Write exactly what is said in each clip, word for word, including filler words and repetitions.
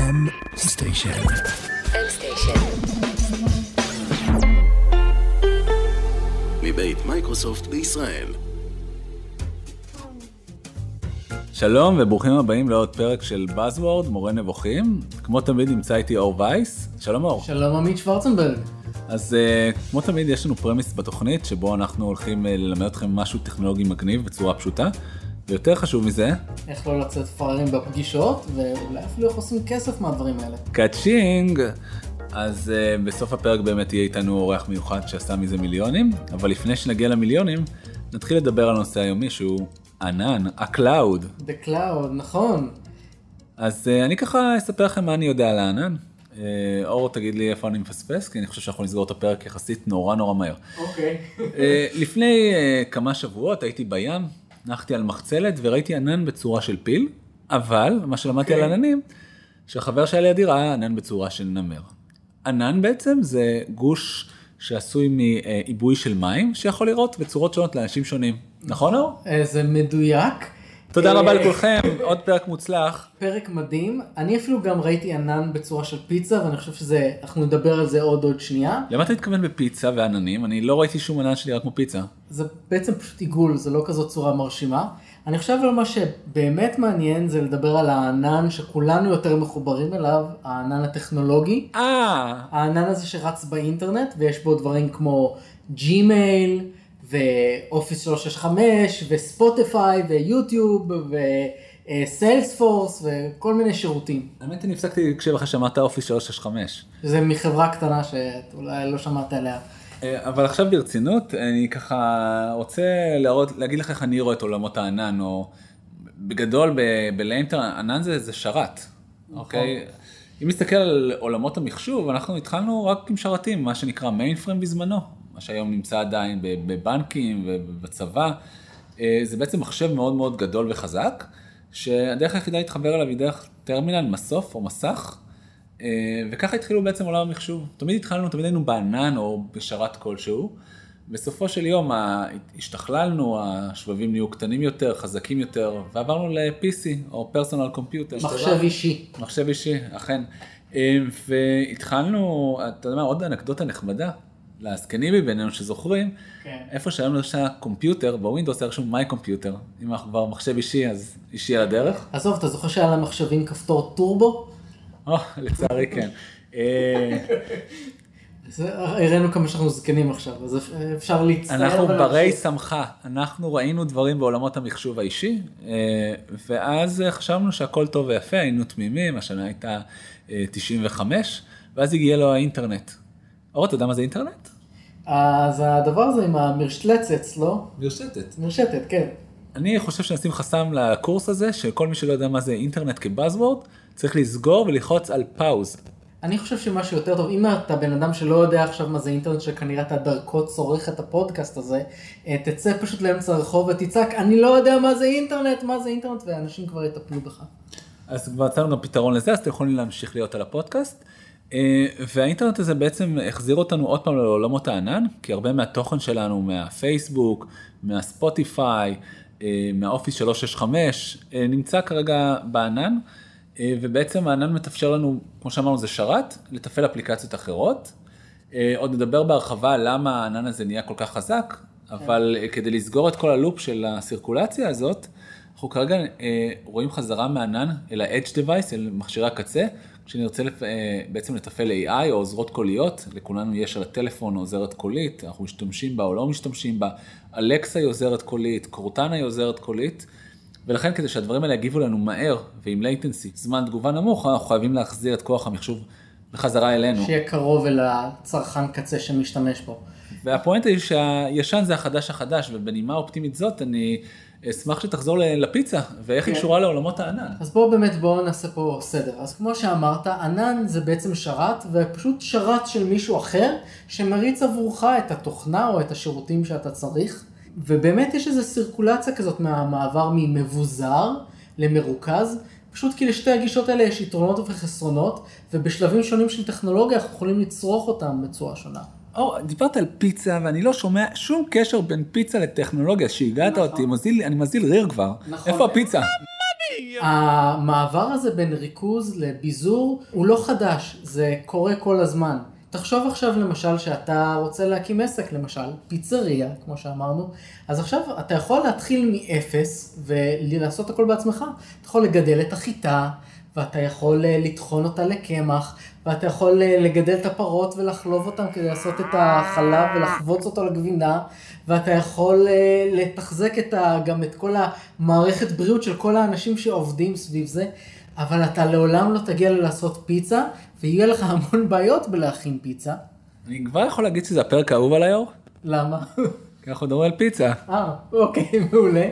M Station. M Station. מבית מייקרוסופט בישראל. שלום וברוכים הבאים לעוד פרק של Buzzword, מורה נבוכים. כמו תמיד נמצא איתי אור וייס. שלום אור. שלום עמית שוורצנברג. אז uh, כמו תמיד יש לנו פרמיס בתוכנית שבו אנחנו הולכים uh, ללמד אתכם משהו טכנולוגי מגניב בצורה פשוטה. ויותר חשוב מזה, איך לא לצאת פראיירים בפגישות, ואולי אפילו איך עושים כסף מהדברים האלה. קאצ'ינג. אז uh, בסוף הפרק באמת יהיה איתנו אורח מיוחד שעשה מזה מיליונים, אבל לפני שנגיע למיליונים, נתחיל לדבר על נושא היומי שהוא ענן, הקלאוד. The Cloud, נכון. אז uh, אני ככה אספר לכם מה אני יודע על הענן. Uh, אור, תגיד לי איפה אני מפספס, כי אני חושב שאנחנו נסגור את הפרק יחסית נורא נורא מהר. אוקיי. uh, לפני uh, כמה שבועות הייתי בים, נחתי על מחצלת וראיתי ענן בצורה של פיל, אבל מה שלמדתי על עננים, שהחבר שהיה לידי ראה ענן בצורה של נמר. ענן בעצם זה גוש שעשוי מעיבוי של מים, שיכול לראות בצורות שונות לאנשים שונים. נכון אור? זה מדויק. תודה רבה לכולכם, עוד פרק מוצלח. פרק מדהים. אני אפילו גם ראיתי ענן בצורה של פיצה, ואני חושב שזה, אנחנו נדבר על זה עוד עוד שנייה. למה אתה מתכוון בפיצה ועננים? אני לא ראיתי שום ענן שנראה כמו פיצה. זה בעצם פשוט עיגול, זה לא כזאת צורה מרשימה. אני חושב על מה שבאמת מעניין זה לדבר על הענן שכולנו יותר מחוברים אליו, הענן הטכנולוגי. אה. הענן הזה שרץ באינטרנט, ויש בו דברים כמו ג'ימייל, ואופיס שלוש שש חמש, וספוטיפיי, ויוטיוב, וסיילספורס, וכל מיני שירותים. האמת אני הפסקתי כשבך שמעת אופיס שלוש שש חמש. זה מחברה קטנה שאולי לא שמעת עליה. אבל עכשיו ברצינות, אני ככה רוצה להראות, להגיד לך איך אני רואה את עולמות הענן, או בגדול בלאינטר, ענן זה, זה שרת. אוקיי? אם נסתכל על עולמות המחשוב, אנחנו התחלנו רק עם שרתים, מה שנקרא מיינפריים בזמנו, מה שהיום נמצא עדיין בבנקים ובצבא. זה בעצם מחשב מאוד מאוד גדול וחזק, שהדרך היחידה להתחבר אליו היא דרך טרמינל, מסוף או מסך, וככה התחילו בעצם עולם המחשוב. תמיד התחלנו, תמיד היינו בענן או בשרת כלשהו. בסופו של יום השתכללנו, השבבים נהיו קטנים יותר, חזקים יותר, ועברנו ל-פי סי או פרסונל קומפיוטר. מחשב אישי. מחשב אישי, אכן. והתחלנו, אתה יודע מה, עוד אנקדוטה נחמדה, לעסקנים מבינינו שזוכרים, איפה שהיום נראה קומפיוטר, בווינדוס היה רשום מיי קומפיוטר. אם אנחנו כבר מחשב אישי, אז אישי על הדרך. עזוב, אתה זוכר שהיה להם מחשבים כפתור טורבו? או, לצערי כן. הראינו כמה שאנחנו זקנים עכשיו, אז אפשר להצטער. אנחנו ברי שמחה, אנחנו ראינו דברים בעולמות המחשוב האישי, ואז חשבנו שהכל טוב ויפה, היינו תמימים, השנה הייתה תשעים וחמש, ואז הגיע לו האינטרנט. אור, אתה יודע מה זה אינטרנט? אז הדבר הזה עם המרשתלצת, לא? מרשתת. מרשתת, כן. אני חושב שנשים חסם לקורס הזה, שכל מי שלא יודע מה זה אינטרנט כבאזוורד, צריך לסגור וללחוץ על פאוז. אני חושב שמשהו יותר טוב, אם אתה בן אדם שלא יודע עכשיו מה זה אינטרנט, שכנראה אתה דרכו צורך את הפודקאסט הזה, תצא פשוט לאמצע הרחוב ותצעק, אני לא יודע מה זה אינטרנט, מה זה אינטרנט, ואנשים כבר יטפלו בך. אז כבר יצאנו גם פתרון לזה, אז אתם יכולים להמשיך להיות על הפודקאסט. והאינטרנט הזה בעצם החזיר אותנו עוד פעם לעולמות הענן, כי הרבה מהתוכן שלנו, מהפייסבוק, מהספוטיפיי, מהאופיס שלוש שש חמש, נמצא כרגע בענן, ובעצם הענן מתאפשר לנו, כמו שאמרנו, זה שרת, לתפעל אפליקציות אחרות. עוד נדבר בהרחבה למה הענן הזה נהיה כל כך חזק, אבל כדי לסגור את כל הלופ של הסירקולציה הזאת, אנחנו כרגע רואים חזרה מהענן אל ה-Edge device, אל מכשירי הקצה, כשנרצה בעצם לתפעל איי איי או עוזרות קוליות, לכולנו יש על הטלפון עוזרת קולית, אנחנו משתמשים בה או לא משתמשים בה, אלקסה היא עוזרת קולית, קורטנה היא עוזרת קולית, ולכן כדי שהדברים האלה יגיבו לנו מהר ועם latency, זמן תגובה נמוך, אנחנו חייבים להחזיר את כוח המחשוב בחזרה אלינו. שיהיה קרוב אל הצרכן קצה שמשתמש בו. והפואנט היא שהישן זה החדש החדש, ובנימה אופטימית זאת אני אשמח שתחזור לפיצה, ואיך היא קשורה לעולמות הענן. אז בואו באמת, בואו נעשה פה סדר. אז כמו שאמרת, ענן זה בעצם שרת, ופשוט שרת של מישהו אחר, שמריץ עבורך את התוכנה או את השירותים שאתה צריך. ובאמת יש איזו סירקולציה כזאת מהמעבר ממבוזר למרוכז, פשוט כי לשתי הגישות האלה יש יתרונות וחסרונות, ובשלבים שונים של טכנולוגיה אנחנו יכולים לצרוך אותם בצורה שונה. או, דיברת על פיצה, ואני לא שומע שום קשר בין פיצה לטכנולוגיה, שהגעת אותי, אני מזיל ריר כבר. איפה הפיצה? המעבר הזה בין ריכוז לביזור הוא לא חדש, זה קורה כל הזמן. תחשוב עכשיו למשל שאתה רוצה להקים עסק, למשל פיצריה, כמו שאמרנו, אז עכשיו אתה יכול להתחיל מאפס ולעשות הכל בעצמך. אתה יכול לגדל את החיטה, ואתה יכול לטחון אותה לקמח, ואתה יכול לגדל את הפרות ולחלוב אותם כדי לעשות את החלב ולחבוץ אותו לגבינה, ואתה יכול לתחזק את ה, גם את כל המערכת בריאות של כל האנשים שעובדים סביב זה, אבל אתה לעולם לא תגיע לעשות פיצה, ויהיה לך המון בעיות בלהכין פיצה. אני כבר יכול להגיד שזה הפרק האהוב על היור? למה? כי אנחנו מדברים על פיצה. אה, אוקיי, מעולה.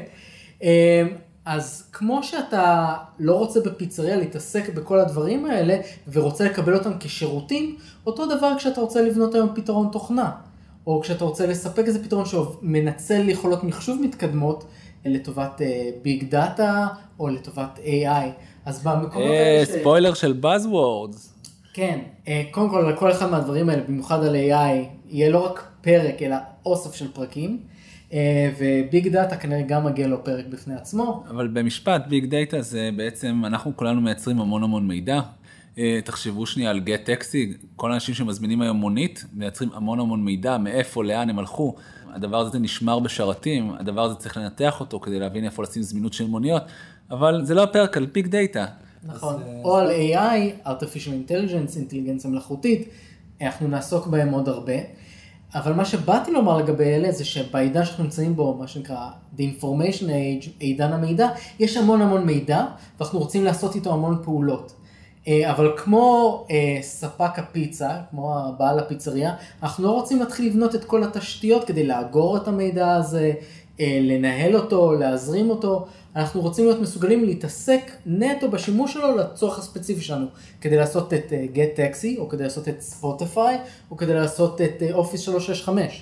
אז כמו שאתה לא רוצה בפיצריה להתעסק בכל הדברים האלה, ורוצה לקבל אותם כשירותים, אותו דבר כשאתה רוצה לבנות היום פתרון תוכנה, או כשאתה רוצה לספק איזה פתרון שמנצל יכולות מחשוב מתקדמות, לטובת ביג דאטה, או לטובת איי איי. אז במקומות האלה ש... ספוילר של Buzzwords. כן, קודם כל, כל אחד מהדברים האלה, במיוחד על איי איי, יהיה לא רק פרק, אלא אוסף של פרקים. וביג דאטה כנראה גם מגיע לו פרק בפני עצמו. אבל במשפט, ביג דאטה זה בעצם, אנחנו כולנו מייצרים המון המון מידע. תחשבו שנייה על גט טקסי, כל האנשים שמזמינים היום מונית, מייצרים המון המון מידע, מאיפה, לאן הם הלכו. הדבר הזה נשמר בשרתים, הדבר הזה צריך לנתח אותו כדי להבין איפה לשים זמינות של מוניות, אבל זה לא הפרק על ביג דאטה. נכון, אז... או על איי איי, artificial intelligence, אינטליגנציה מלאכותית, אנחנו נעסוק בהם עוד הרבה. אבל מה שבאתי לומר לגבי אלה זה שבעידן שאנחנו נמצאים בו, מה שנקרא The Information Age, עידן המידע, יש המון המון מידע, ואנחנו רוצים לעשות איתו המון פעולות. אבל כמו ספק הפיצה, כמו בעל הפיצריה, אנחנו לא רוצים להתחיל לבנות את כל התשתיות כדי לאגור את המידע הזה, לנהל אותו, להזרים אותו. אנחנו רוצים להיות מסוגלים להתעסק נטו בשימוש שלו לצורך הספציפי שלנו, כדי לעשות את Get Taxi, או כדי לעשות את Spotify, או כדי לעשות את Office שלוש שש חמש.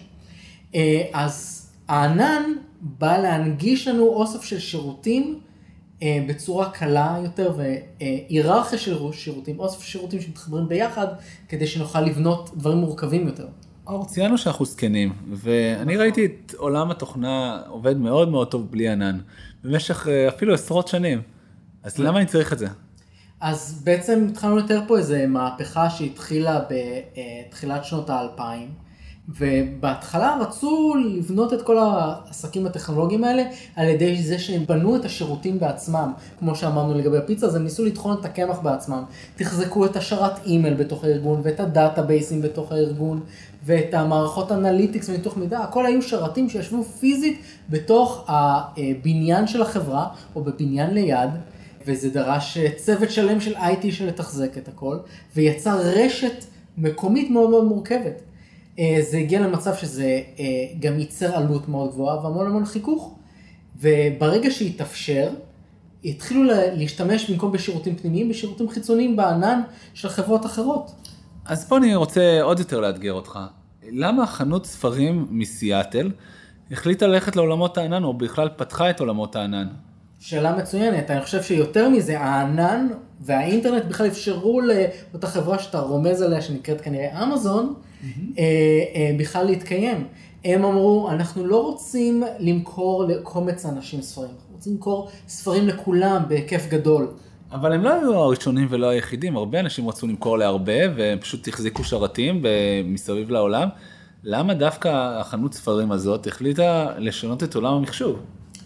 אז הענן בא להנגיש לנו אוסף של שירותים בצורה קלה יותר, והיררכיה של שירותים, אוסף של שירותים שמתחברים ביחד, כדי שנוכל לבנות דברים מורכבים יותר. אור, ציינו שאנחנו זקנים, ואני ראיתי את עולם התוכנה עובד מאוד מאוד טוב בלי ענן, במשך אפילו עשרות שנים. אז למה אני צריך את זה? אז בעצם התחלנו לתאר פה איזו מהפכה שהתחילה בתחילת שנות האלפיים, ובהתחלה רצו לבנות את כל העסקים הטכנולוגיים האלה על ידי זה שהם בנו את השירותים בעצמם, כמו שאמרנו לגבי הפיצה, אז הם ניסו לטחון את הקמח בעצמם, תחזקו את השרת אימייל בתוך הארגון, ואת הדאטאבייסים בתוך הארגון, ואת המערכות אנליטיקס וניתוח מידע, הכל היו שרתים שישבו פיזית בתוך הבניין של החברה, או בבניין ליד, וזה דרש צוות שלם של איי טי של לתחזק את הכל, ויצר רשת מקומית מאוד מאוד מורכבת. זה הגיע למצב שזה גם ייצר עלות מאוד גבוהה והמון המון חיכוך, וברגע שהתאפשר, התחילו להשתמש במקום בשירותים פנימיים, בשירותים חיצוניים בענן של חברות אחרות. אז פה אני רוצה עוד יותר לאתגר אותך. למה חנות ספרים מסיאטל החליטה ללכת לעולמות הענן, או בכלל פתחה את עולמות הענן? שאלה מצוינת, אני חושב שיותר מזה, הענן והאינטרנט בכלל אפשרו לאותה חברה שאתה רומז עליה, שנקראת כנראה אמזון, mm-hmm. בכלל להתקיים. הם אמרו, אנחנו לא רוצים למכור לקומץ אנשים ספרים, אנחנו רוצים למכור ספרים לכולם בהיקף גדול. אבל הם לא היו הראשונים ולא היחידים, הרבה אנשים רצו למכור להרבה, והם פשוט החזיקו שרתים מסביב לעולם. למה דווקא החנות ספרים הזאת החליטה לשנות את עולם המחשוב?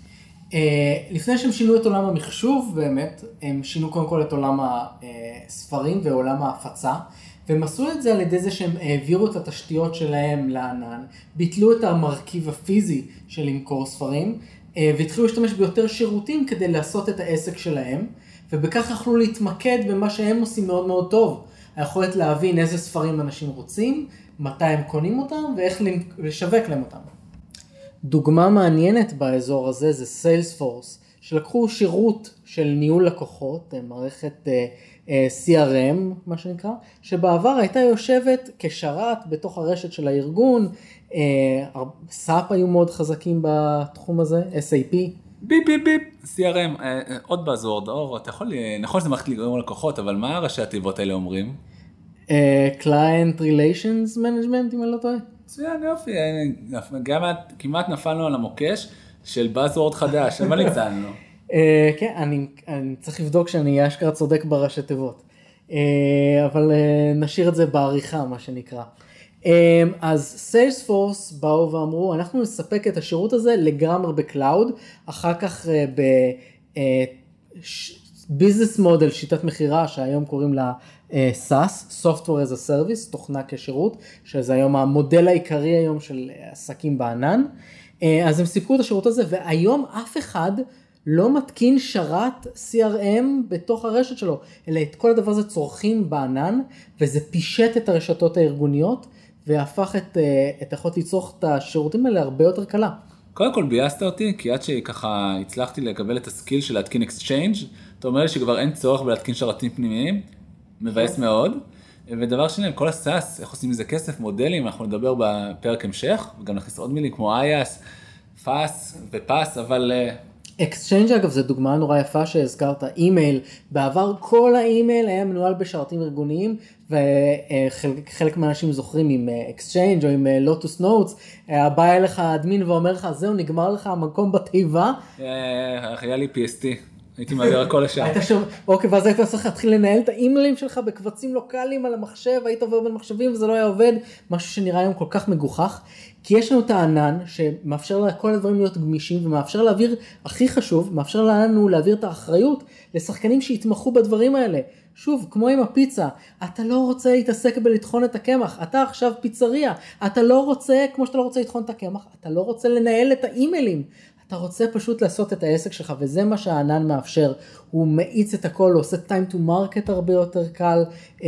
לפני שהם שינו את עולם המחשוב, באמת, הם שינו קודם כל את עולם הספרים ועולם ההפצה, והם עשו את זה על ידי זה שהם העבירו את התשתיות שלהם לענן, ביטלו את המרכיב הפיזי של למכור ספרים, והתחילו להשתמש ביותר שירותים כדי לעשות את העסק שלהם, ובכך יכלו להתמקד במה שהם עושים מאוד מאוד טוב. היכולת להבין איזה ספרים אנשים רוצים, מתי הם קונים אותם, ואיך לשווק להם אותם. דוגמה מעניינת באזור הזה זה סיילספורס, שלקחו שירות של ניהול לקוחות, מערכת סי אר אם, מה שנקרא, שבעבר הייתה יושבת כשרת בתוך הרשת של הארגון, סאפ היו מאוד חזקים בתחום הזה, אס איי פי. ביפ ביפ ביפ, סי אר אם, עוד באזור, דור, אתה יכול, נכון שזה מערכת לגרום לקוחות, אבל מה ראשי התיבות האלה אומרים? Client Relations Management, אם אני לא טועה. מצוין, יופי, גם כמעט נפלנו על המוקש של Buzzword חדש, אבל ניצלנו. אה, כן, אני, אני צריך לבדוק שאני אשכרה צודק בראשי תיבות. אה, אבל אה, נשאיר את זה בעריכה, מה שנקרא. אה, אז סיילספורס באו ואמרו, אנחנו נספק את השירות הזה לגמרי בקלאוד, אחר כך אה, ב... אה, ש... ביזנס מודל, שיטת מחירה, שהיום קוראים לה סאס, Software as a Service, תוכנה כשירות, שזה היום המודל העיקרי היום של עסקים בענן. אז הם סיפקו את השירות הזה, והיום אף אחד לא מתקין שרת סי אר אם בתוך הרשת שלו, אלא את כל הדבר הזה צורכים בענן, וזה פישט את הרשתות הארגוניות, והפך את, את יכולת לצרוך את השירותים האלה הרבה יותר קלה. קודם כל בייסת אותי, כי עד שככה הצלחתי לקבל את הסקיל של להתקין Exchange, אתה אומר לי שכבר אין צורך בלהתקין שרתים פנימיים, מבאס מאוד. ודבר שני, כל הסאס, איך עושים מזה כסף, מודלים, אנחנו נדבר בפרק המשך, וגם נכניס עוד מילים כמו אייס, פאס ופאס, אבל... Exchange אגב זה דוגמה נורא יפה שהזכרת, אימייל, בעבר כל האימייל היה מנוהל בשרתים ארגוניים, וחלק מהאנשים זוכרים עם Exchange או עם Lotus Notes, בא אליך האדמין ואומר לך, זהו נגמר לך המקום בתיבה. היה לי פי אס טי. הייתי מעביר הכל לשם. היית שם, אוקיי, ואז היית צריך להתחיל לנהל את האימיילים שלך בקבצים לוקליים על המחשב, היית עובר בין מחשבים וזה לא היה עובד, משהו שנראה היום כל כך מגוחך, כי יש לנו את הענן שמאפשר לכל הדברים להיות גמישים, ומאפשר להעביר, הכי חשוב, מאפשר לנו להעביר את האחריות לשחקנים שיתמכו בדברים האלה. שוב, כמו עם הפיצה, אתה לא רוצה להתעסק בלטחון את הקמח, אתה עכשיו פיצריה, אתה לא רוצה, כמו שאתה לא רוצה לטחון את הקמח, אתה לא רוצה לנהל את האימיילים, אתה רוצה פשוט לעשות את העסק שלך, וזה מה שהענן מאפשר, הוא מאיץ את הכל, הוא עושה time to market הרבה יותר קל,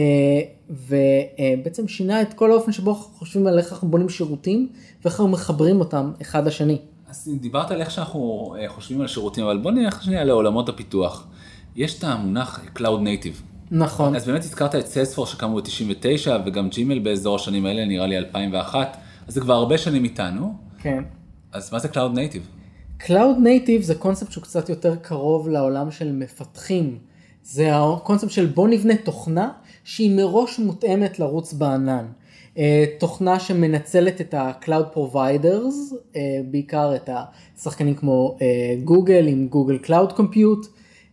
ובעצם שינה את כל האופן שבו חושבים על איך אנחנו בונים שירותים, ואיך אנחנו מחברים אותם אחד לשני. אז דיברת על איך שאנחנו חושבים על שירותים, אבל בוא נלך שנייה לעולמות הפיתוח. יש את המונח Cloud Native. נכון. אז באמת הזכרת את Salesforce שקמו ב-תשעים ותשע, וגם ג'ימייל באזור השנים האלה, נראה לי אלפיים ואחת, אז זה כבר הרבה שנים איתנו. כן. אז מה זה Cloud Native? Cloud Native זה קונספט שהוא קצת יותר קרוב לעולם של מפתחים. זה הקונספט של בוא נבנה תוכנה שהיא מראש מותאמת לרוץ בענן. תוכנה שמנצלת את ה-Cloud Providers, בעיקר את השחקנים כמו גוגל עם גוגל Cloud Compute,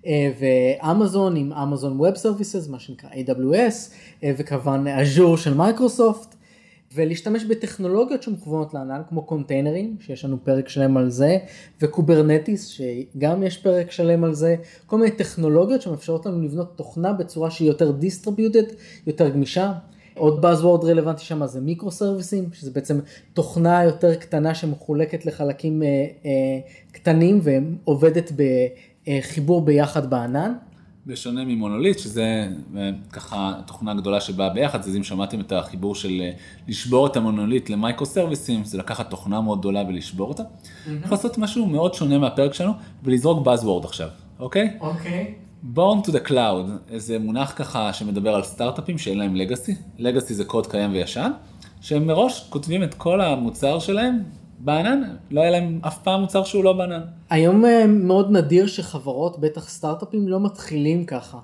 ואמזון עם אמזון Web Services, מה שנקרא איי דאבליו אס, וכמובן Azure של מייקרוסופט. ולהשתמש בטכנולוגיות שמכוונות לענן, כמו קונטיינרים, שיש לנו פרק שלם על זה, וקוברנטיס, שגם יש פרק שלם על זה, כל מיני טכנולוגיות שמאפשרות לנו לבנות תוכנה בצורה שהיא יותר distributed, יותר גמישה. עוד buzzword רלוונטי שם זה מיקרו-סרוויסים, שזה בעצם תוכנה יותר קטנה שמחולקת לחלקים אה, אה, קטנים, ועובדת בחיבור ביחד בענן. בשונה ממונוליט, שזה ככה תוכנה גדולה שבאה ביחד, אז אם שמעתם את החיבור של לשבור את המונוליט למייקרו-סרוויסים, זה לקחת תוכנה מאוד גדולה ולשבור אותה. אנחנו לעשות משהו מאוד שונה מהפרק שלנו, ולזרוק buzzword עכשיו, אוקיי? אוקיי. Born to the cloud, איזה מונח ככה שמדבר על סטארט-אפים שאין להם לגאסי. לגאסי זה קוד קיים וישן, שהם מראש כותבים את כל המוצר שלהם בענן, לא היה להם אף פעם מוצר שהוא לא בענן. היום מאוד נדיר שחברות, בטח סטארט-אפים, לא מתחילים ככה.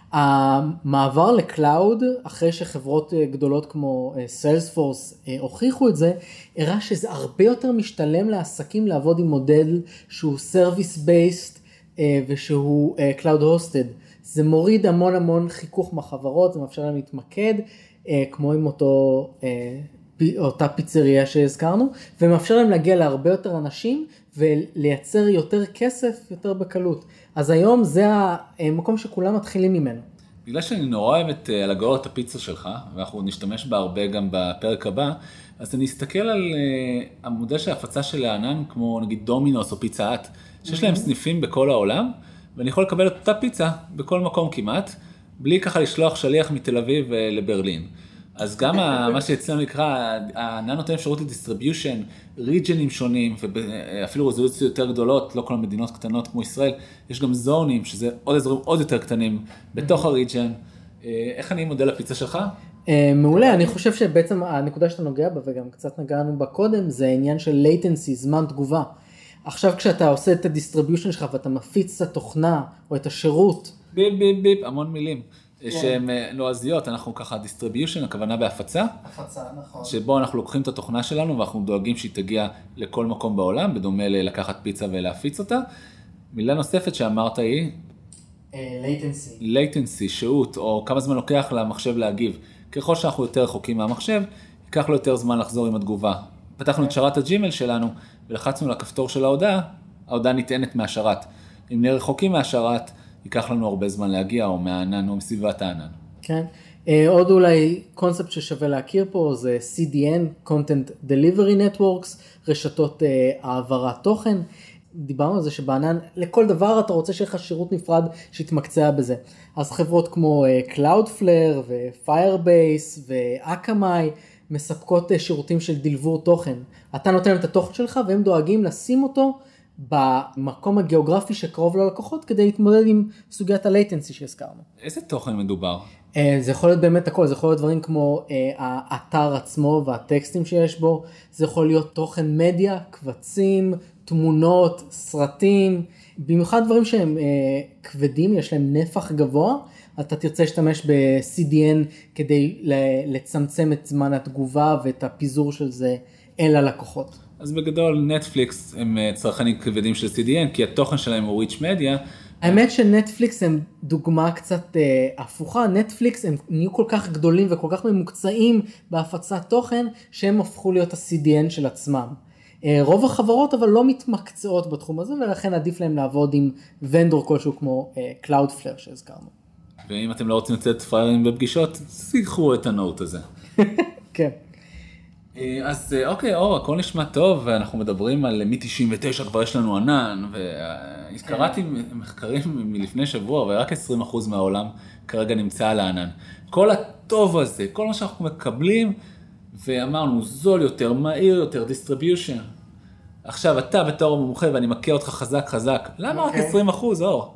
המעבר לקלאוד, אחרי שחברות גדולות כמו סיילספורס הוכיחו את זה, הראה שזה הרבה יותר משתלם לעסקים לעבוד עם מודל שהוא סרוויס בייסט ושהוא קלאוד הוסטד. זה מוריד המון המון חיכוך מהחברות, זה מאפשר להם להתמקד, כמו עם אותו... אותה פיצריה שהזכרנו, ומאפשר להם להגיע להרבה יותר אנשים, ולייצר יותר כסף, יותר בקלות. אז היום זה המקום שכולם מתחילים ממנו. בגלל שאני נורא אוהבת על הגאורת הפיצה שלך, ואנחנו נשתמש בה הרבה גם בפרק הבא, אז אני אסתכל על המודל של ההפצה של הענן, כמו נגיד דומינוס או פיצה האט, שיש להם סניפים בכל העולם, ואני יכול לקבל את אותה פיצה בכל מקום כמעט, בלי ככה לשלוח שליח מתל אביב לברלין. אז גם מה שאצלנו נקרא, הענן נותן אפשרות לדיסטריביושן, ריג'נים שונים, ואפילו רזולוציות יותר גדולות, לא כל המדינות קטנות כמו ישראל, יש גם זונים, שזה עוד אזורים עוד יותר קטנים, בתוך הריג'ן. איך אני מודל הפיצה שלך? מעולה, אני חושב שבעצם הנקודה שאתה נוגע בה, וגם קצת נגענו בה קודם, זה העניין של latency, זמן תגובה. עכשיו כשאתה עושה את הדיסטריביושן שלך, ואתה מפיץ את התוכנה, או את השירות. ביפ ביפ ביפ, המון מילים. שהן לועזיות, אנחנו ככה distribution, הכוונה בהפצה. הפצה, נכון. שבו אנחנו לוקחים את התוכנה שלנו, ואנחנו דואגים שהיא תגיע לכל מקום בעולם, בדומה ללקחת פיצה ולהפיץ אותה. מילה נוספת שאמרת היא? latency. latency, שהות, או כמה זמן לוקח למחשב להגיב. ככל שאנחנו יותר רחוקים מהמחשב, ייקח לו יותר זמן לחזור עם התגובה. פתחנו את שרת הג'ימל שלנו, ולחצנו לכפתור של ההודעה, ההודעה נטענת מהשרת. אם נהיה רחוקים מהשרת, ייקח לנו הרבה זמן להגיע, או מהענן, או מסביבת הענן. כן. עוד אולי קונספט ששווה להכיר פה, זה סי די אן, Content Delivery Networks, רשתות העברת תוכן. דיברנו על זה שבענן, לכל דבר אתה רוצה שיהיה לך שירות נפרד שיתמקצע בזה. אז חברות כמו Cloudflare ו-Firebase ו-Akamai מספקות שירותים של דלבור תוכן. אתה נותן להם את התוכן שלך והם דואגים לשים אותו במקום הגיאוגרפי שקרוב ללקוחות כדי להתמודד עם סוגיית ה-latency שהזכרנו. איזה תוכן מדובר? זה יכול להיות באמת הכל, זה יכול להיות דברים כמו האתר עצמו והטקסטים שיש בו, זה יכול להיות תוכן מדיה, קבצים, תמונות, סרטים, במיוחד דברים שהם כבדים, יש להם נפח גבוה, אתה תרצה להשתמש ב-סי די אן כדי לצמצם את זמן התגובה ואת הפיזור של זה אל הלקוחות. אז בגדול נטפליקס הם צרכנים כבדים של סי די אן, כי התוכן שלהם הוא ריץ' מדיה. האמת שנטפליקס הם דוגמה קצת אה, הפוכה, נטפליקס הם נהיו כל כך גדולים וכל כך ממוקצעים בהפצת תוכן, שהם הפכו להיות ה-סי די אן של עצמם. אה, רוב החברות אבל לא מתמקצעות בתחום הזה, ולכן עדיף להם לעבוד עם ונדור כלשהו כמו אה, Cloudflare שהזכרנו. ואם אתם לא רוצים לצאת פריירים בפגישות, שיחו את הנוט הזה. כן. אז אוקיי, אור, הכל נשמע טוב, ואנחנו מדברים על מ-תשעים ותשע כבר יש לנו ענן, והזכרתי מחקרים מלפני שבוע, ורק עשרים אחוז מהעולם כרגע נמצא על הענן. כל הטוב הזה, כל מה שאנחנו מקבלים, ואמרנו, זול יותר, מהיר יותר, distribution. עכשיו, אתה בתור מומחה, ואני מכיר אותך חזק חזק, למה רק עשרים אחוז, אור?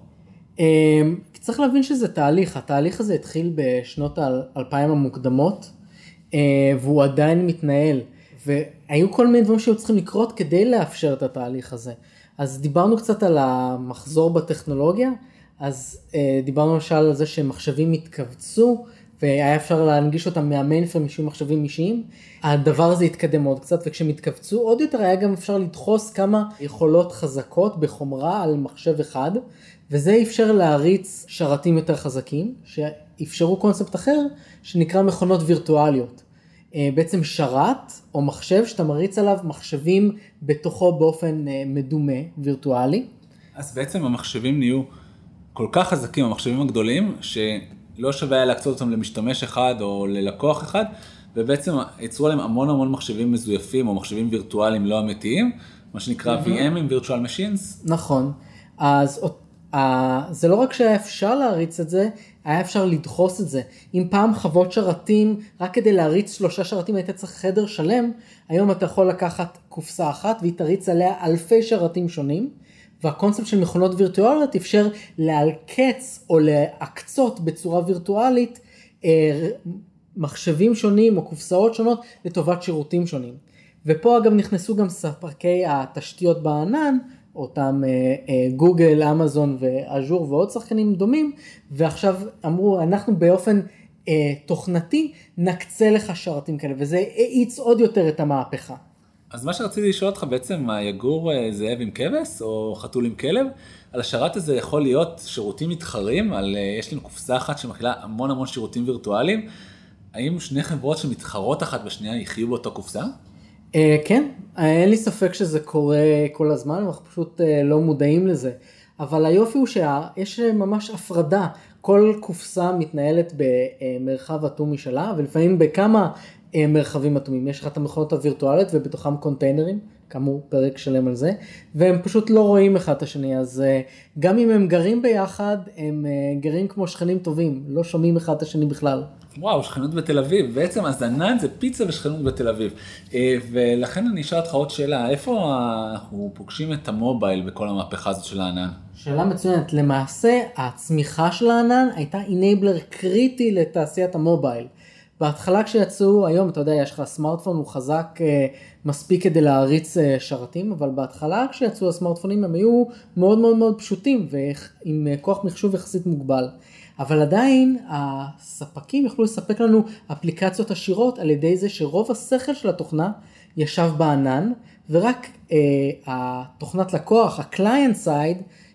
צריך להבין שזה תהליך, התהליך הזה התחיל בשנות האלפיים המוקדמות, והוא עדיין מתנהל, והיו כל מיני דברים שהיו צריכים לקרות כדי לאפשר את התהליך הזה. אז דיברנו קצת על המחזור בטכנולוגיה, אז דיברנו למשל על זה שמחשבים התכווצו, והיה אפשר להנגיש אותם מהמיינפריים משום מחשבים אישיים. הדבר הזה התקדם עוד קצת, וכשמתכווצו עוד יותר היה גם אפשר לדחוס כמה יכולות חזקות בחומרה על מחשב אחד, וזה אפשר להריץ שרתים יותר חזקים, שאפשרו קונספט אחר שנקרא מכונות וירטואליות. בעצם שרת או מחשב שאתה מריץ עליו מחשבים בתוכו באופן מדומה, וירטואלי. אז בעצם המחשבים נהיו כל כך חזקים, המחשבים הגדולים, שלא שווה היה להקצות אותם למשתמש אחד או ללקוח אחד, ובעצם יצרו עליהם המון המון מחשבים מזויפים או מחשבים וירטואליים לא אמיתיים, מה שנקרא וי אם, virtual machines. נכון. אז זה לא רק שהיה אפשר להריץ את זה, היה אפשר לדחוס את זה. אם פעם חוות שרתים, רק כדי להריץ שלושה שרתים היית צריך חדר שלם, היום אתה יכול לקחת קופסה אחת והיא תריץ עליה אלפי שרתים שונים, והקונספט של מכונות וירטואליות אפשר להלקץ או להקצות בצורה וירטואלית מחשבים שונים או קופסאות שונות לטובת שירותים שונים. ופה אגב נכנסו גם ספקי התשתיות בענן, אותם גוגל, אמזון ואז'ור ועוד שחקנים דומים, ועכשיו אמרו אנחנו באופן תוכנתי נקצה לך שרתים כאלה, וזה האיץ עוד יותר את המהפכה. אז מה שרציתי לשאול אותך בעצם, יגור זאב עם כבש או חתול עם כלב, על השרת הזה יכול להיות שירותים מתחרים, על, יש לנו קופסה אחת שמכילה המון המון שירותים וירטואליים, האם שני חברות שמתחרות אחת בשנייה יחיו באותה קופסה? כן, אין לי ספק שזה קורה כל הזמן, אנחנו פשוט לא מודעים לזה, אבל היופי הוא שיש ממש הפרדה, כל קופסה מתנהלת במרחב אטום משלה, ולפעמים בכמה מרחבים אטומים, יש לך את המכונות הווירטואליות ובתוכם קונטיינרים, כאמור פרק שלם על זה, והם פשוט לא רואים אחד את השני, אז גם אם הם גרים ביחד, הם גרים כמו שכנים טובים, לא שומעים אחד את השני בכלל. וואו, שכנות בתל אביב, בעצם הזנן זה פיצה ושכנות בתל אביב, ולכן אני אשאל אותך עוד שאלה, איפה אנחנו פוגשים את המובייל בכל המהפכה הזאת של הענן? שאלה מצוינת, למעשה הצמיחה של הענן הייתה אינבלר קריטי לתעשיית המובייל. בהתחלה כשיצאו, היום אתה יודע, יש לך סמארטפון, הוא חזק מספיק כדי להריץ שרתים, אבל בהתחלה כשיצאו הסמארטפונים הם היו מאוד מאוד מאוד פשוטים, ועם כוח מחשוב יחסית מוגבל. אבל עדיין הספקים יכלו לספק לנו אפליקציות עשירות על ידי זה שרוב השכל של התוכנה ישב בענן, ורק אה, התוכנת לקוח, ה-client side,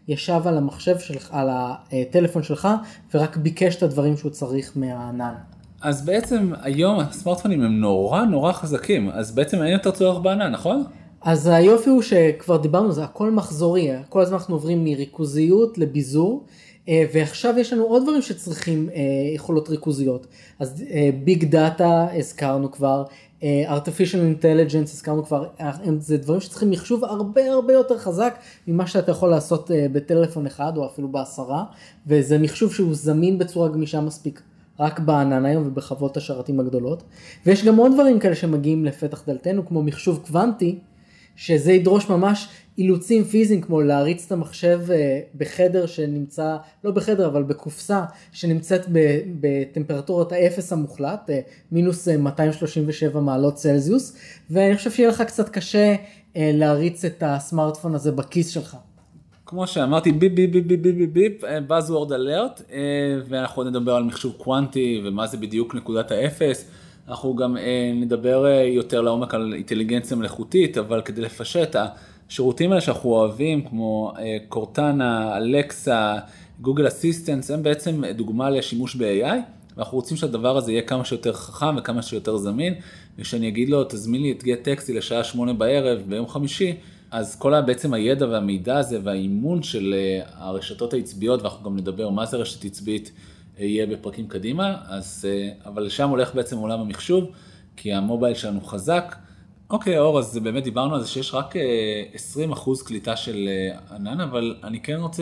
ישב על המחשב שלך, על הטלפון שלך, ורק ביקש את הדברים שהוא צריך מהענן. אז בעצם היום הסמארטפונים הם נורא נורא חזקים, אז בעצם אין יותר צורך בענן, נכון? אז היופי הוא שכבר דיברנו, זה הכל מחזורי, כל הזמן אנחנו עוברים מריכוזיות לביזור, ועכשיו יש לנו עוד דברים שצריכים יכולות ריכוזיות. אז ביג דאטה הזכרנו כבר, artificial intelligence הזכרנו כבר, זה דברים שצריכים מחשוב הרבה הרבה יותר חזק ממה שאתה יכול לעשות בטלפון אחד או אפילו בעשרה, וזה מחשוב שהוא זמין בצורה גמישה מספיק. רק בענן היום ובחוות השרתים הגדולות. ויש גם עוד דברים כאלה שמגיעים לפתח דלתנו, כמו מחשוב קוונטי, שזה ידרוש ממש אילוצים פיזיים, כמו להריץ את המחשב בחדר שנמצא, לא בחדר, אבל בקופסה, שנמצאת בטמפרטורת האפס המוחלט, מינוס מאתיים שלושים ושבע מעלות צלזיוס, ואני חושב שיהיה לך קצת קשה להריץ את הסמארטפון הזה בכיס שלך. כמו שאמרתי, ביפ ביפ ביפ ביפ ביפ ביפ, Buzzword alert, ואנחנו נדבר על מחשוב קוונטי ומה זה בדיוק נקודת האפס. אנחנו גם נדבר יותר לעומק על אינטליגנציה מלאכותית, אבל כדי לפשט, השירותים האלה שאנחנו אוהבים, כמו קורטנה, אלקסה, גוגל אסיסטנס, הם בעצם דוגמה לשימוש ב-איי איי, ואנחנו רוצים שהדבר הזה יהיה כמה שיותר חכם וכמה שיותר זמין, ושאני אגיד לו, תזמין לי את גט טקסטי לשעה שמונה בערב ביום חמישי, אז כל בעצם הידע והמידע הזה והאימון של הרשתות העצביות, ואנחנו גם נדבר מה זה רשת עצבית, יהיה בפרקים קדימה, אז, אבל שם הולך בעצם עולם המחשוב, כי המובייל שלנו חזק. אוקיי, אור, אז באמת דיברנו על זה שיש רק עשרים אחוז קליטה של ענן, אבל אני כן רוצה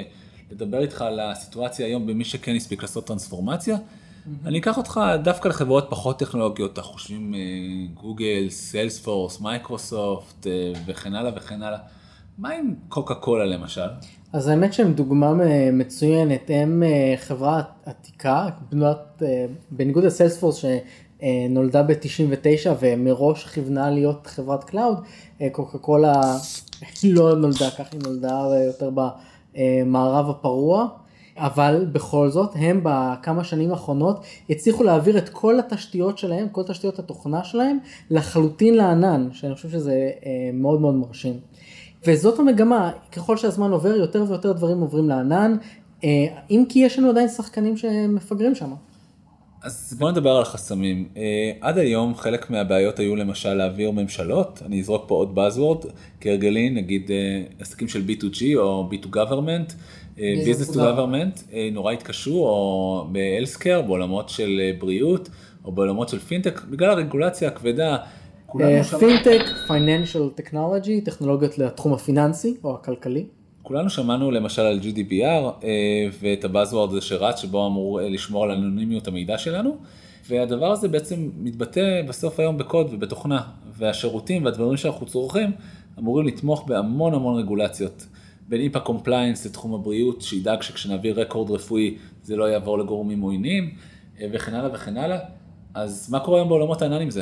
לדבר איתך על הסיטואציה היום במי שכן הספיק לעשות טרנספורמציה. Mm-hmm. אני אקח אותך דווקא לחברות פחות טכנולוגיות, אנחנו חושבים גוגל, סיילספורס, מייקרוסופט וכן הלאה וכן הלאה. מה עם קוקה קולה למשל? אז האמת שהם דוגמה מצוינת, הם חברה עתיקה, בניגוד לסיילספורס שנולדה ב-תשעים ותשע ומראש כיוונה להיות חברת קלאוד, קוקה קולה לא נולדה כך, היא נולדה יותר במערב הפרוע, אבל בכל זאת הם בכמה שנים האחרונות הצליחו להעביר את כל התשתיות שלהם, כל תשתיות התוכנה שלהם לחלוטין לענן, שאני חושב שזה מאוד מאוד מרשים. וזאת המגמה, ככל שהזמן עובר, יותר ויותר דברים עוברים לענן, אם כי יש לנו עדיין שחקנים שמפגרים שם. אז בואו נדבר על חסמים. עד היום חלק מהבעיות היו למשל להעביר ממשלות, אני אזרוק פה עוד Buzzword, כהרגלי, נגיד עסקים של בי טו ג'י או בי טו Government, Business to Government, נורא התקשו, או ב-Healthcare, בעולמות של בריאות, או בעולמות של פינטק, בגלל הרגולציה הכבדה, פינטק, פייננשל טכנולוגי, טכנולוגיות לתחום הפיננסי או הכלכלי. כולנו שמענו למשל על ג'י די פי אר ואת הבאזוורד הזה שרץ שבו אמור לשמור על אנונימיות המידע שלנו, והדבר הזה בעצם מתבטא בסוף היום בקוד ובתוכנה, והשירותים והדברים שאנחנו צורכים אמורים לתמוך בהמון המון רגולציות. בין איפה קומפליינס לתחום הבריאות, שידאג שכשנעביר רקורד רפואי זה לא יעבור לגורמים עוינים, וכן הלאה וכן הלאה. אז מה קורה היום בעולמות הענן עם זה?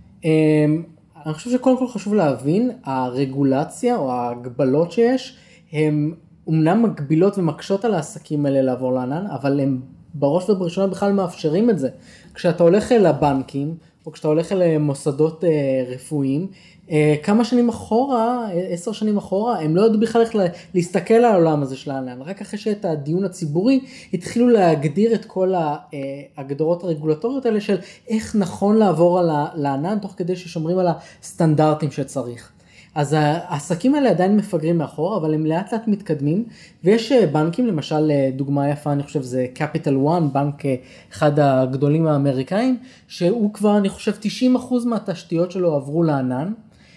אני חושב שקודם כל חשוב להבין, הרגולציה או ההגבלות שיש, הן אומנם מגבילות ומקשות על העסקים האלה לעבור לענן, אבל הם בראש ובראשונה בכלל מאפשרים את זה. כשאתה הולך אל הבנקים, או כשאתה הולך אל מוסדות רפואיים, כמה שנים אחורה, עשר שנים אחורה, הם לא ידעו בכלל איך להסתכל על העולם הזה של הענן. רק אחרי שאת הדיון הציבורי, התחילו להגדיר את כל ההגדרות הרגולטוריות האלה של איך נכון לעבור על הענן, תוך כדי ששומרים על הסטנדרטים שצריך. אז העסקים האלה עדיין מפגרים מאחור, אבל הם לאט לאט מתקדמים, ויש בנקים, למשל דוגמה יפה, אני חושב זה Capital One, בנק אחד הגדולים האמריקאים, שהוא כבר, אני חושב, תשעים אחוז מהתשתיות שלו עברו לענן,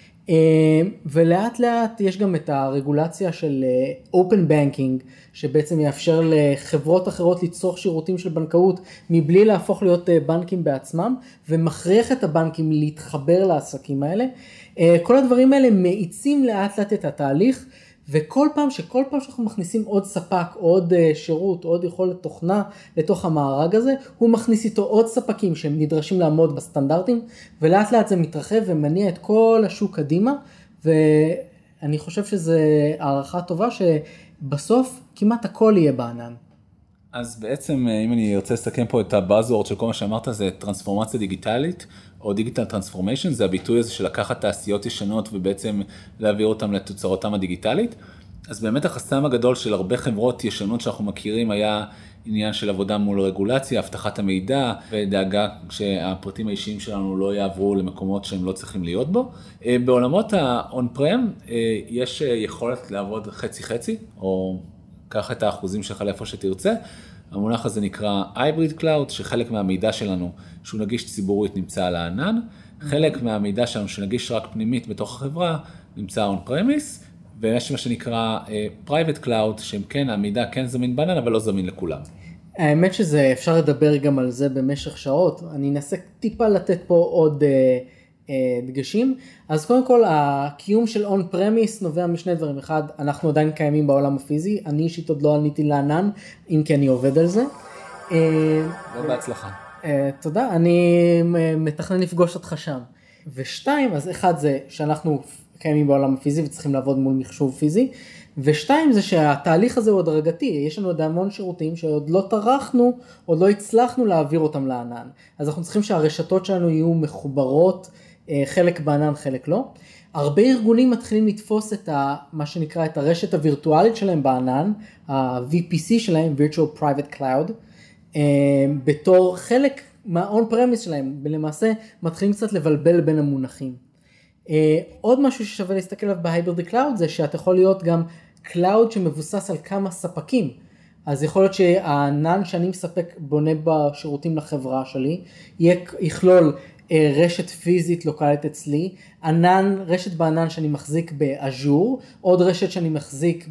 ולאט לאט יש גם את הרגולציה של Open Banking, שבעצם יאפשר לחברות אחרות לצרוך שירותים של בנקאות, מבלי להפוך להיות בנקים בעצמם, ומכריח את הבנקים להתחבר לעסקים האלה. כל הדברים האלה מאיצים לאט לאט את התהליך, וכל פעם שכל פעם שאנחנו מכניסים עוד ספק, עוד שירות, עוד יכולת תוכנה לתוך המארג הזה, הוא מכניס איתו עוד ספקים שהם נדרשים לעמוד בסטנדרטים, ולאט לאט זה מתרחב ומניע את כל השוק קדימה, ואני חושב שזו הערכה טובה שבסוף כמעט הכל יהיה בענן. אז בעצם אם אני רוצה לסכם פה את הבאזוורד של כל מה שאמרת, זה טרנספורמציה דיגיטלית, או דיגיטל טרנספורמיישן, זה הביטוי הזה של לקחת תעשיות ישנות ובעצם להעביר אותם לתוצרתם הדיגיטלית. אז באמת החסם הגדול של הרבה חברות ישנות שאנחנו מכירים היה עניין של עבודה מול רגולציה, הבטחת המידע ודאגה שהפרטים האישיים שלנו לא יעברו למקומות שהם לא צריכים להיות בו. בעולמות ה-on-prem יש יכולת לעבוד חצי-חצי, או קח את האחוזים שלך לאיפה שתרצה. המונח הזה נקרא Hybrid Cloud, שחלק מהמידע שלנו שהוא נגיש ציבורית נמצא על הענן, חלק מהמידע שלנו שנגיש רק פנימית בתוך החברה נמצא on-premise, ויש מה שנקרא uh, Private Cloud, שהם כן, המידע כן זמין בענן, אבל לא זמין לכולם. האמת שזה, אפשר לדבר גם על זה במשך שעות, אני אנסה טיפה לתת פה עוד uh, uh, דגשים. אז קודם כל, הקיום של on-premise נובע משני דברים. אחד, אנחנו עדיין קיימים בעולם הפיזי, אני אישית עוד לא עניתי לענן, אם כי אני עובד על זה. לא בהצלחה. Uh, תודה, אני מתכנן לפגוש אותך שם. ושתיים, אז אחד זה שאנחנו קיימים בעולם הפיזי וצריכים לעבוד מול מחשוב פיזי, ושתיים זה שהתהליך הזה הוא הדרגתי, יש לנו עוד המון שירותים שעוד לא טרחנו, עוד לא הצלחנו להעביר אותם לענן, אז אנחנו צריכים שהרשתות שלנו יהיו מחוברות, חלק בענן, חלק לא. הרבה ארגונים מתחילים לתפוס את ה, מה שנקרא את הרשת הווירטואלית שלהם בענן, ה-וי פי סי שלהם, Virtual Private Cloud, בתור חלק מה-on-premise שלהם, ולמעשה מתחילים קצת לבלבל בין המונחים. Uh, עוד משהו ששווה להסתכל עליו בהייבריד קלאוד זה שאתה יכול להיות גם קלאוד שמבוסס על כמה ספקים. אז יכול להיות שהענן שאני מספק בונה בשירותים לחברה שלי, יכלול uh, רשת פיזית לוקלית אצלי, ענן, רשת בענן שאני מחזיק באז'ור, עוד רשת שאני מחזיק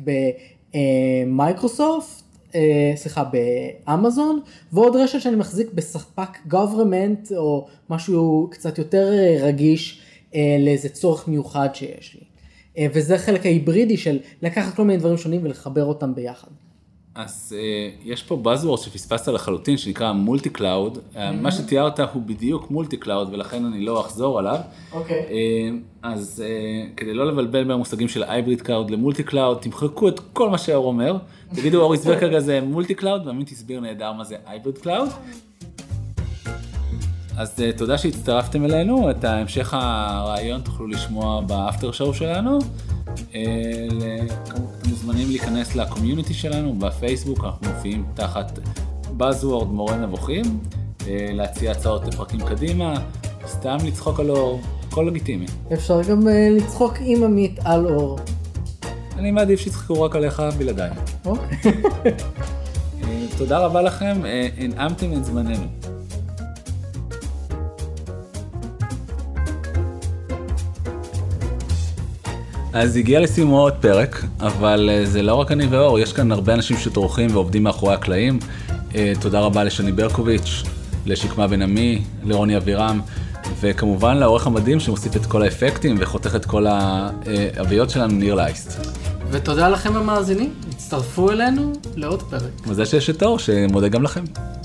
במייקרוסופט, uh, סליחה, באמזון, ועוד רשת שאני מחזיק בספק government או משהו קצת יותר רגיש, לאיזה צורך מיוחד שיש לי. וזה חלק ההיברידי של לקחת כל מיני דברים שונים ולחבר אותם ביחד. אז יש פה buzzword שפספסת לחלוטין שנקרא מולטי קלאוד. מה שתיארת הוא בדיוק מולטי קלאוד ולכן אני לא אחזור עליו. אוקיי. אז כדי לא לבלבל במושגים של הייבריד קלאוד למולטי קלאוד, תמחקו את כל מה שאור אומר. תגידו אור הסביר כרגע זה מולטי קלאוד, ועמית תסביר נהדר מה זה הייבריד קלאוד. אז תודה שהצטרפתם אלינו, את המשך הרעיון תוכלו לשמוע באפטר שואו שלנו. אתם מוזמנים להיכנס לקומיוניטי שלנו בפייסבוק, אנחנו מופיעים תחת Buzzword מורה נבוכים, להציע הצעות לפרקים קדימה, סתם לצחוק על אור, הכל לגיטימי. אפשר גם לצחוק עם עמית על אור. אני מעדיף שיצחקו רק עליך בלעדיי. אוקיי. תודה רבה לכם, הנעמתם את זמננו. אז הגיע לסיומו עוד פרק, אבל זה לא רק אני ואור, יש כאן הרבה אנשים שטורחים ועובדים מאחורי הקלעים. תודה רבה לשני ברקוביץ', לשקמה בן עמי, לרוני אבירם, וכמובן לעורך המדהים שמוסיף את כל האפקטים וחותך את כל האביות שלנו, ניר לייסט. ותודה לכם המאזינים, הצטרפו אלינו לעוד פרק. וזה שיש את אור, שמודה גם לכם.